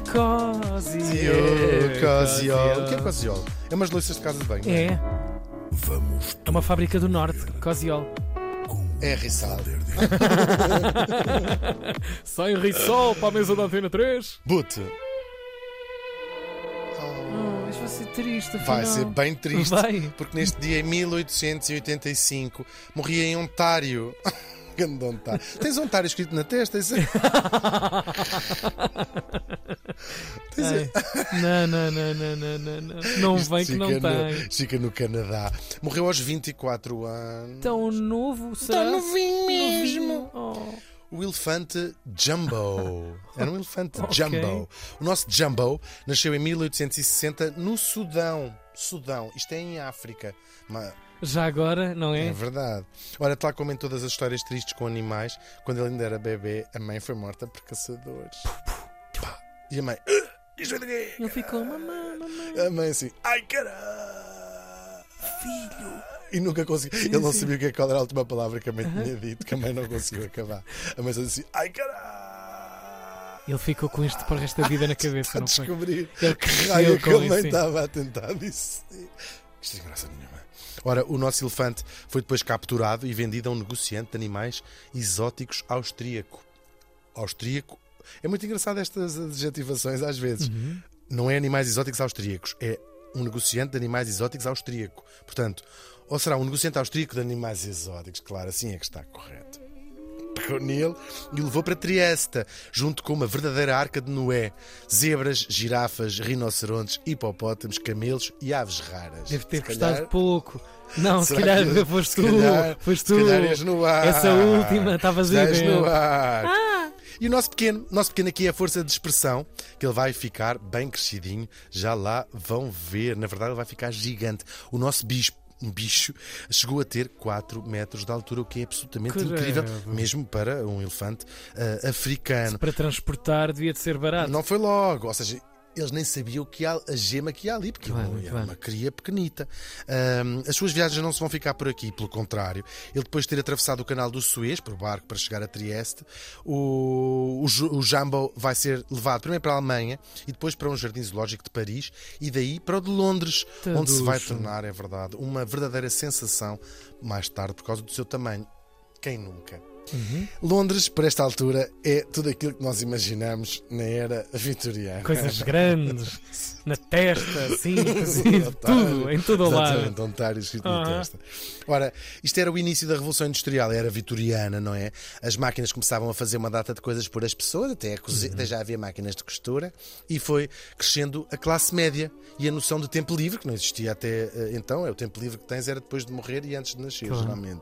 Cosiol. O que é Cosiol? É umas louças de casa de banho. É. É uma fábrica do norte, Cosiol. É Rissal. Sai Rissol para a mesa da Antena 3. But. Isto vai ser triste, afinal. Vai ser bem triste. Vai. Porque neste dia, em 1885, morria em Ontário. Grande Ontário. Tens Ontário escrito na testa? Isso... Não vem que não tem. Fica no Canadá. Morreu aos 24 anos. Tão novo, será? Tão novinho mesmo. Oh. O elefante Jumbo. Era um elefante Ok. Jumbo. O nosso Jumbo nasceu em 1860 no Sudão. Sudão. Isto é em África. Já agora, não é? É verdade. Ora, tal como em todas as histórias tristes com animais, quando ele ainda era bebê, a mãe foi morta por caçadores. Pá. E a mãe... Isto é de quê? Ele ficou, mamãe. A mãe assim... Ai, caralho! Filho! E nunca conseguiu... Ele não sabia qual era a última palavra que a mãe tinha dito, que a mãe não conseguiu acabar. A mãe só disse assim... Ai, caralho! Ele ficou com isto para o resto da vida na cabeça, A não foi? descobrir Ele que raio cresceu que a com mãe isso, sim. estava a tentar dizer. Isto tem graça nenhuma. Ora, o nosso elefante foi depois capturado e vendido a um negociante de animais exóticos austríaco. Austríaco. É muito engraçado estas adjetivações às vezes. Não é animais exóticos austríacos, é um negociante de animais exóticos austríaco. Portanto, ou será um negociante austríaco de animais exóticos? Claro, assim é que está correto. Pegou nele e o levou para Trieste, junto com uma verdadeira arca de Noé. Zebras, girafas, rinocerontes, hipopótamos, camelos e aves raras. Deve ter Se gostado calhar- pouco. Não, se Será calhar que- foste se tu. calhar- Foste se tu. calhar és no ar. Essa última estavas a Estás ver. no ar. E o nosso pequeno aqui é a força de expressão, que ele vai ficar bem crescidinho. Já lá vão ver. Na verdade, ele vai ficar gigante. O nosso bicho chegou a ter 4 metros de altura, o que é absolutamente Credo. incrível, mesmo para um elefante africano. Para transportar devia de ser barato. Não foi logo, ou seja, eles nem sabiam a gema que ia ali, porque Claro, ele era claro. uma cria pequenita. As suas viagens não se vão ficar por aqui, pelo contrário. Ele, depois de ter atravessado o canal do Suez por barco para chegar a Trieste, o Jumbo vai ser levado primeiro para a Alemanha e depois para um jardim zoológico de Paris e daí para o de Londres, onde se vai Taducho. tornar, é verdade, uma verdadeira sensação mais tarde por causa do seu tamanho. Quem nunca? Londres, por esta altura, é tudo aquilo que nós imaginamos na era vitoriana. Coisas grandes, na testa, assim, tudo, em todo o lado. Exatamente, Ontário escrito na testa. Ora, isto era o início da Revolução Industrial, era vitoriana, não é? As máquinas começavam a fazer uma data de coisas por as pessoas, até já havia máquinas de costura, e foi crescendo a classe média e a noção de tempo livre, que não existia até então. O tempo livre que tens era depois de morrer e antes de nascer, Claro. geralmente.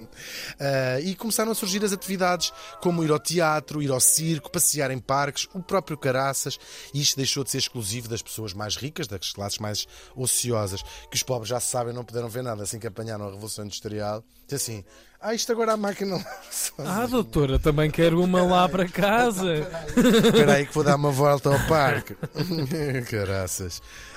E começaram a surgir as atividades como ir ao teatro, ir ao circo, passear em parques, o próprio caraças, e isto deixou de ser exclusivo das pessoas mais ricas, das classes mais ociosas, que os pobres já se sabem, não puderam ver nada assim que apanharam a Revolução Industrial. Diz assim, isto agora a máquina... Doutora, também quero uma lá para casa. Espera aí que vou dar uma volta ao parque. Caraças.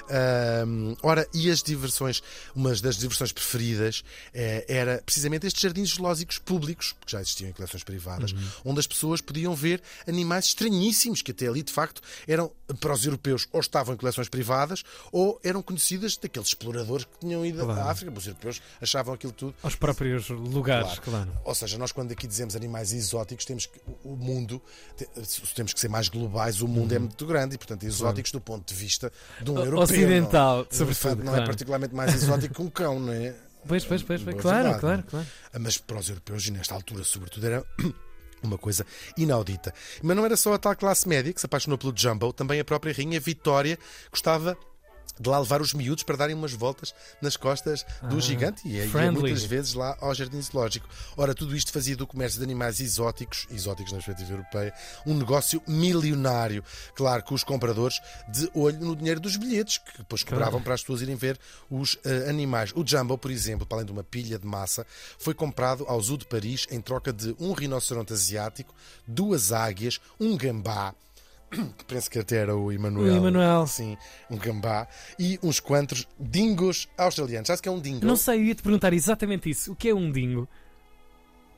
Ora, e as diversões, uma das diversões preferidas era precisamente estes jardins zoológicos públicos, que já existiam em coleções privadas, onde as pessoas podiam ver animais estranhíssimos, que até ali de facto eram, para os europeus, ou estavam em coleções privadas ou eram conhecidas daqueles exploradores que tinham ido Claro. à África. Os europeus achavam aquilo tudo. Aos próprios lugares, claro. Ou seja, nós quando aqui dizemos animais exóticos, o mundo, temos que ser mais globais, o mundo é muito grande e, portanto, exóticos do ponto de vista de um europeu. Ocidental, não. Um sobretudo, elefante não é claro. particularmente mais exótico que um cão, não é? Pois, Boa claro, verdade, claro, não é? claro. Mas para os europeus, e nesta altura, sobretudo, era uma coisa inaudita. Mas não era só a tal classe média que se apaixonou pelo Jumbo, também a própria rainha Vitória gostava de lá levar os miúdos para darem umas voltas nas costas do gigante e ia friendly. muitas vezes lá ao jardim zoológico. Ora, tudo isto fazia do comércio de animais exóticos na perspectiva europeia, um negócio milionário. Claro, com os compradores de olho no dinheiro dos bilhetes, que depois cobravam para as pessoas irem ver os animais. O Jumbo, por exemplo, para além de uma pilha de massa, foi comprado ao Zoo de Paris em troca de um rinoceronte asiático, 2 águias, um gambá, que penso que até era o Emanuel. O Emanuel. Sim, um gambá e uns quantos dingos australianos. Sabes o que é um dingo? Não sei, eu ia-te perguntar exatamente isso. O que é um dingo?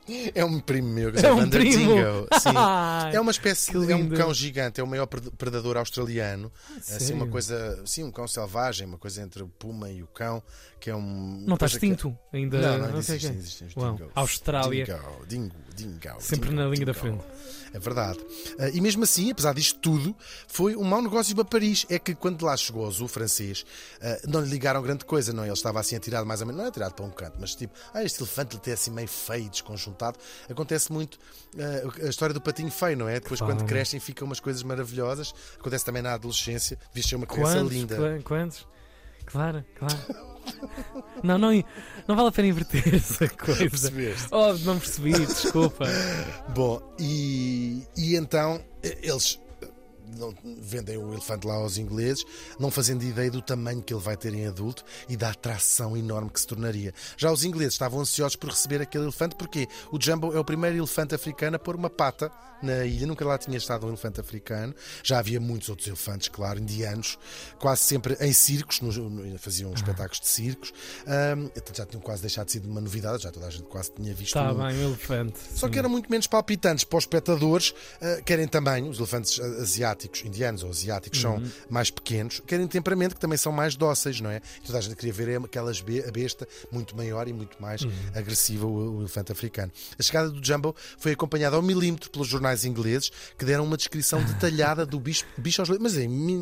É um primo meu, que É se um chama Vander primo. Dingo. Sim. Ai, É uma espécie, que é um lindo. cão gigante, é o maior predador australiano. Assim, uma sério? coisa, sim, um cão selvagem, uma coisa entre o puma e o cão, que é um. Não está coisa que- extinto ainda. Não, não, sei existem, quê. existem os Uau, dingos. Austrália. Dingo. Sempre na linha da frente. É verdade. E mesmo assim, apesar disto tudo, foi um mau negócio para Paris. É que quando lá chegou o zoo francês, não lhe ligaram grande coisa, não? Ele estava assim atirado mais ou menos, não é atirado para um canto, mas tipo, este elefante ele tem assim meio feio, desconjuntado. Acontece muito a história do patinho feio, não é? Depois Claro. quando crescem ficam umas coisas maravilhosas. Acontece também na adolescência, devias ser uma criança linda. Quantos? Claro. Não vale a pena inverter essa coisa. Percebeste? Oh, não percebi, desculpa. Bom, e então eles vendem o elefante lá aos ingleses, não fazendo ideia do tamanho que ele vai ter em adulto e da atração enorme que se tornaria. Já os ingleses estavam ansiosos por receber aquele elefante, porque o Jumbo é o primeiro elefante africano a pôr uma pata na ilha, nunca lá tinha estado um elefante africano. Já havia muitos outros elefantes, claro, indianos, quase sempre em circos, faziam espetáculos de circos. Já tinham quase deixado de ser uma novidade, já toda a gente quase tinha visto Está um. bem, o elefante. Só sim. que eram muito menos palpitantes para os espectadores, querem também, os elefantes asiáticos, indianos ou asiáticos, são mais pequenos, querem temperamento, que também são mais dóceis, não é? E toda a gente queria ver a besta muito maior e muito mais agressiva, o elefante africano. A chegada do Jumbo foi acompanhada ao milímetro pelos jornais ingleses, que deram uma descrição detalhada do bicho aos olhos, mas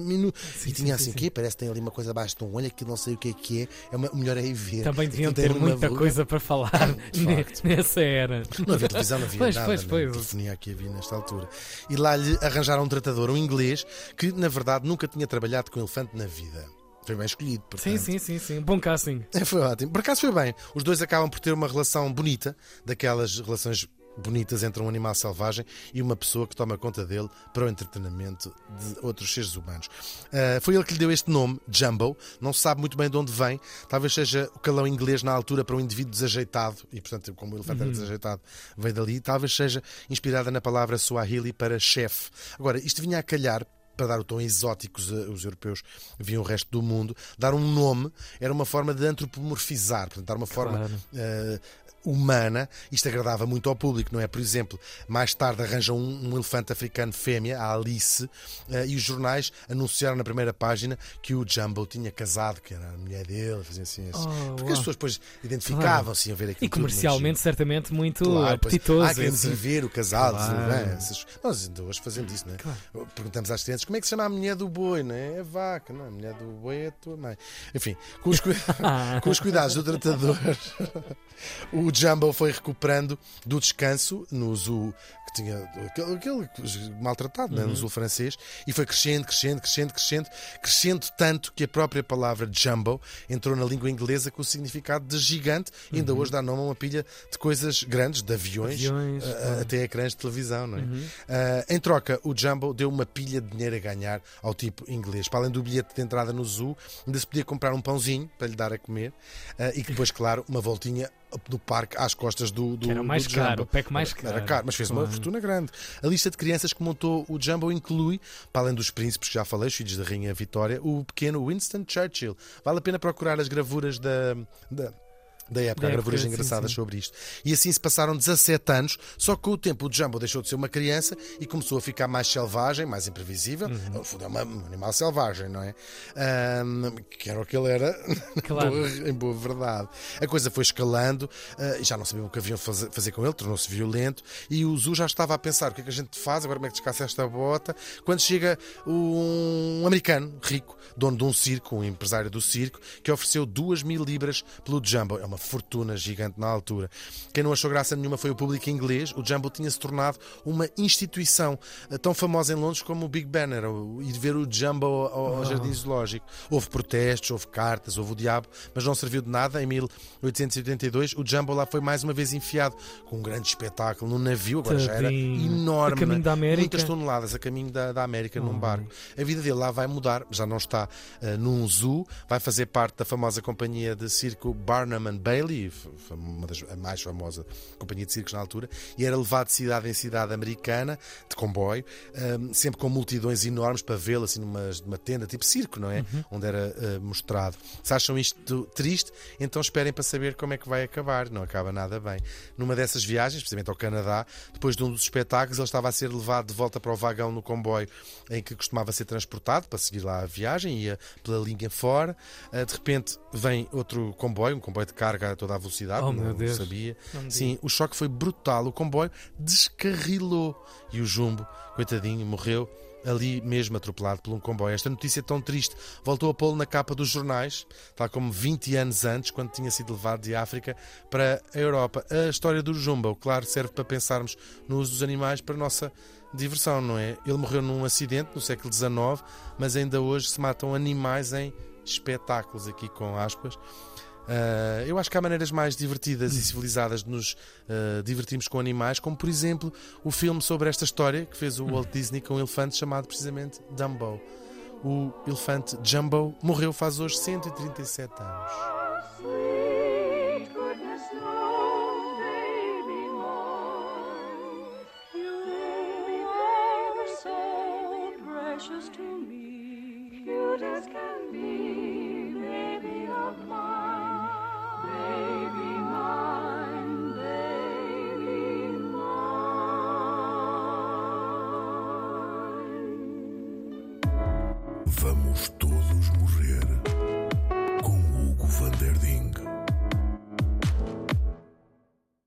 e tinha assim, o quê? Parece que tem ali uma coisa abaixo de um olho, aquilo não sei o que é, o melhor é ir ver. Também deviam Aquilo tem ter uma muita verruga. coisa para falar nessa era. Não havia televisão, não havia Pois, nada, pois, nem pois. telefonia aqui havia nesta altura. E lá lhe arranjaram um tratador, um inglês, que na verdade nunca tinha trabalhado com elefante na vida. Foi bem escolhido, portanto. Sim. Bom casting. Foi ótimo. Por acaso foi bem. Os dois acabam por ter uma relação bonita, daquelas relações bonitas entre um animal selvagem e uma pessoa que toma conta dele para o entretenimento de outros seres humanos. Foi ele que lhe deu este nome, Jumbo. Não se sabe muito bem de onde vem. Talvez seja o calão inglês na altura para um indivíduo desajeitado, e portanto, como o elefante era desajeitado, veio dali. Talvez seja inspirada na palavra Swahili para chefe. Agora, isto vinha a calhar para dar o tom exótico, os europeus viam o resto do mundo. Dar um nome era uma forma de antropomorfizar, portanto, dar uma forma humana. Isto agradava muito ao público, não é? Por exemplo, mais tarde arranjam um elefante africano fêmea, a Alice, e os jornais anunciaram na primeira página que o Jumbo tinha casado, que era a mulher dele, faziam assim. Porque as pessoas depois identificavam-se, iam ver aquilo. E comercialmente, certamente, muito pois, apetitoso. queremos ir ver o casado. Claro. Nós ainda hoje fazemos isso, não é? Claro. Perguntamos às crianças como é que se chama a mulher do boi, não é? É a vaca, não, a mulher do boi é a tua mãe. Enfim, com os cuidados do tratador, o Jumbo foi recuperando do descanso no zoo, que tinha aquele maltratado, no zoo francês, e foi crescendo tanto que a própria palavra Jumbo entrou na língua inglesa com o significado de gigante, e ainda hoje dá nome a uma pilha de coisas grandes, de aviões até ecrãs de televisão, não é? Em troca, o Jumbo deu uma pilha de dinheiro a ganhar ao tipo inglês. Para além do bilhete de entrada no zoo, ainda se podia comprar um pãozinho para lhe dar a comer, e depois, claro, uma voltinha do parque às costas do era mais do caro, Jumbo. o pack mais caro. Era caro, mas fez uma fortuna grande. A lista de crianças que montou o Jumbo inclui, para além dos príncipes que já falei, os filhos da Rainha Vitória, o pequeno Winston Churchill. Vale a pena procurar as gravuras da época, há gravuras engraçadas sobre isto. E assim se passaram 17 anos, só que com o tempo o Jumbo deixou de ser uma criança e começou a ficar mais selvagem, mais imprevisível. No fundo é um animal selvagem, não é? Que era o que ele era, Claro. em boa verdade. A coisa foi escalando, e já não sabiam o que haviam fazer com ele, tornou-se violento, e o Zu já estava a pensar: o que é que a gente faz, agora como é que descassa esta bota? Quando chega um americano rico, dono de um circo, um empresário do circo, que ofereceu 2.000 libras pelo Jumbo. É uma fortuna gigante na altura. Quem não achou graça nenhuma foi o público inglês. O Jumbo tinha-se tornado uma instituição tão famosa em Londres como o Big Ben. Era ir ver o Jumbo ao Jardim Zoológico. Houve protestos, houve cartas, houve o diabo, mas não serviu de nada. Em 1882 o Jumbo lá foi mais uma vez enfiado com um grande espetáculo num navio, agora já era enorme, a caminho da América. muitas toneladas a caminho da América num barco. A vida dele lá vai mudar, já não está num zoo, vai fazer parte da famosa companhia de circo Barnum and Bailey, a mais famosa companhia de circos na altura, e era levado de cidade em cidade americana, de comboio, sempre com multidões enormes para vê-lo, assim numa tenda, tipo circo, não é? Onde era mostrado. Se acham isto triste, então esperem para saber como é que vai acabar. Não acaba nada bem. Numa dessas viagens, precisamente ao Canadá, depois de um dos espetáculos, ele estava a ser levado de volta para o vagão no comboio em que costumava ser transportado para seguir lá a viagem, ia pela linha fora. De repente vem outro comboio, um comboio de carga a toda a velocidade, não sabia. Sim, o choque foi brutal, o comboio descarrilou e o Jumbo, coitadinho, morreu ali mesmo atropelado por um comboio. Esta notícia tão triste voltou a pô-lo na capa dos jornais, tal como 20 anos antes, quando tinha sido levado de África para a Europa. A história do Jumbo, claro, serve para pensarmos no uso dos animais para a nossa diversão, não é? Ele morreu num acidente no século XIX, mas ainda hoje se matam animais em espetáculos, aqui com aspas. Eu acho que há maneiras mais divertidas e civilizadas de nos divertirmos com animais, como por exemplo o filme sobre esta história que fez o Walt Disney com um elefante chamado precisamente Dumbo. O elefante Jumbo morreu faz hoje 137 anos. Vamos todos morrer.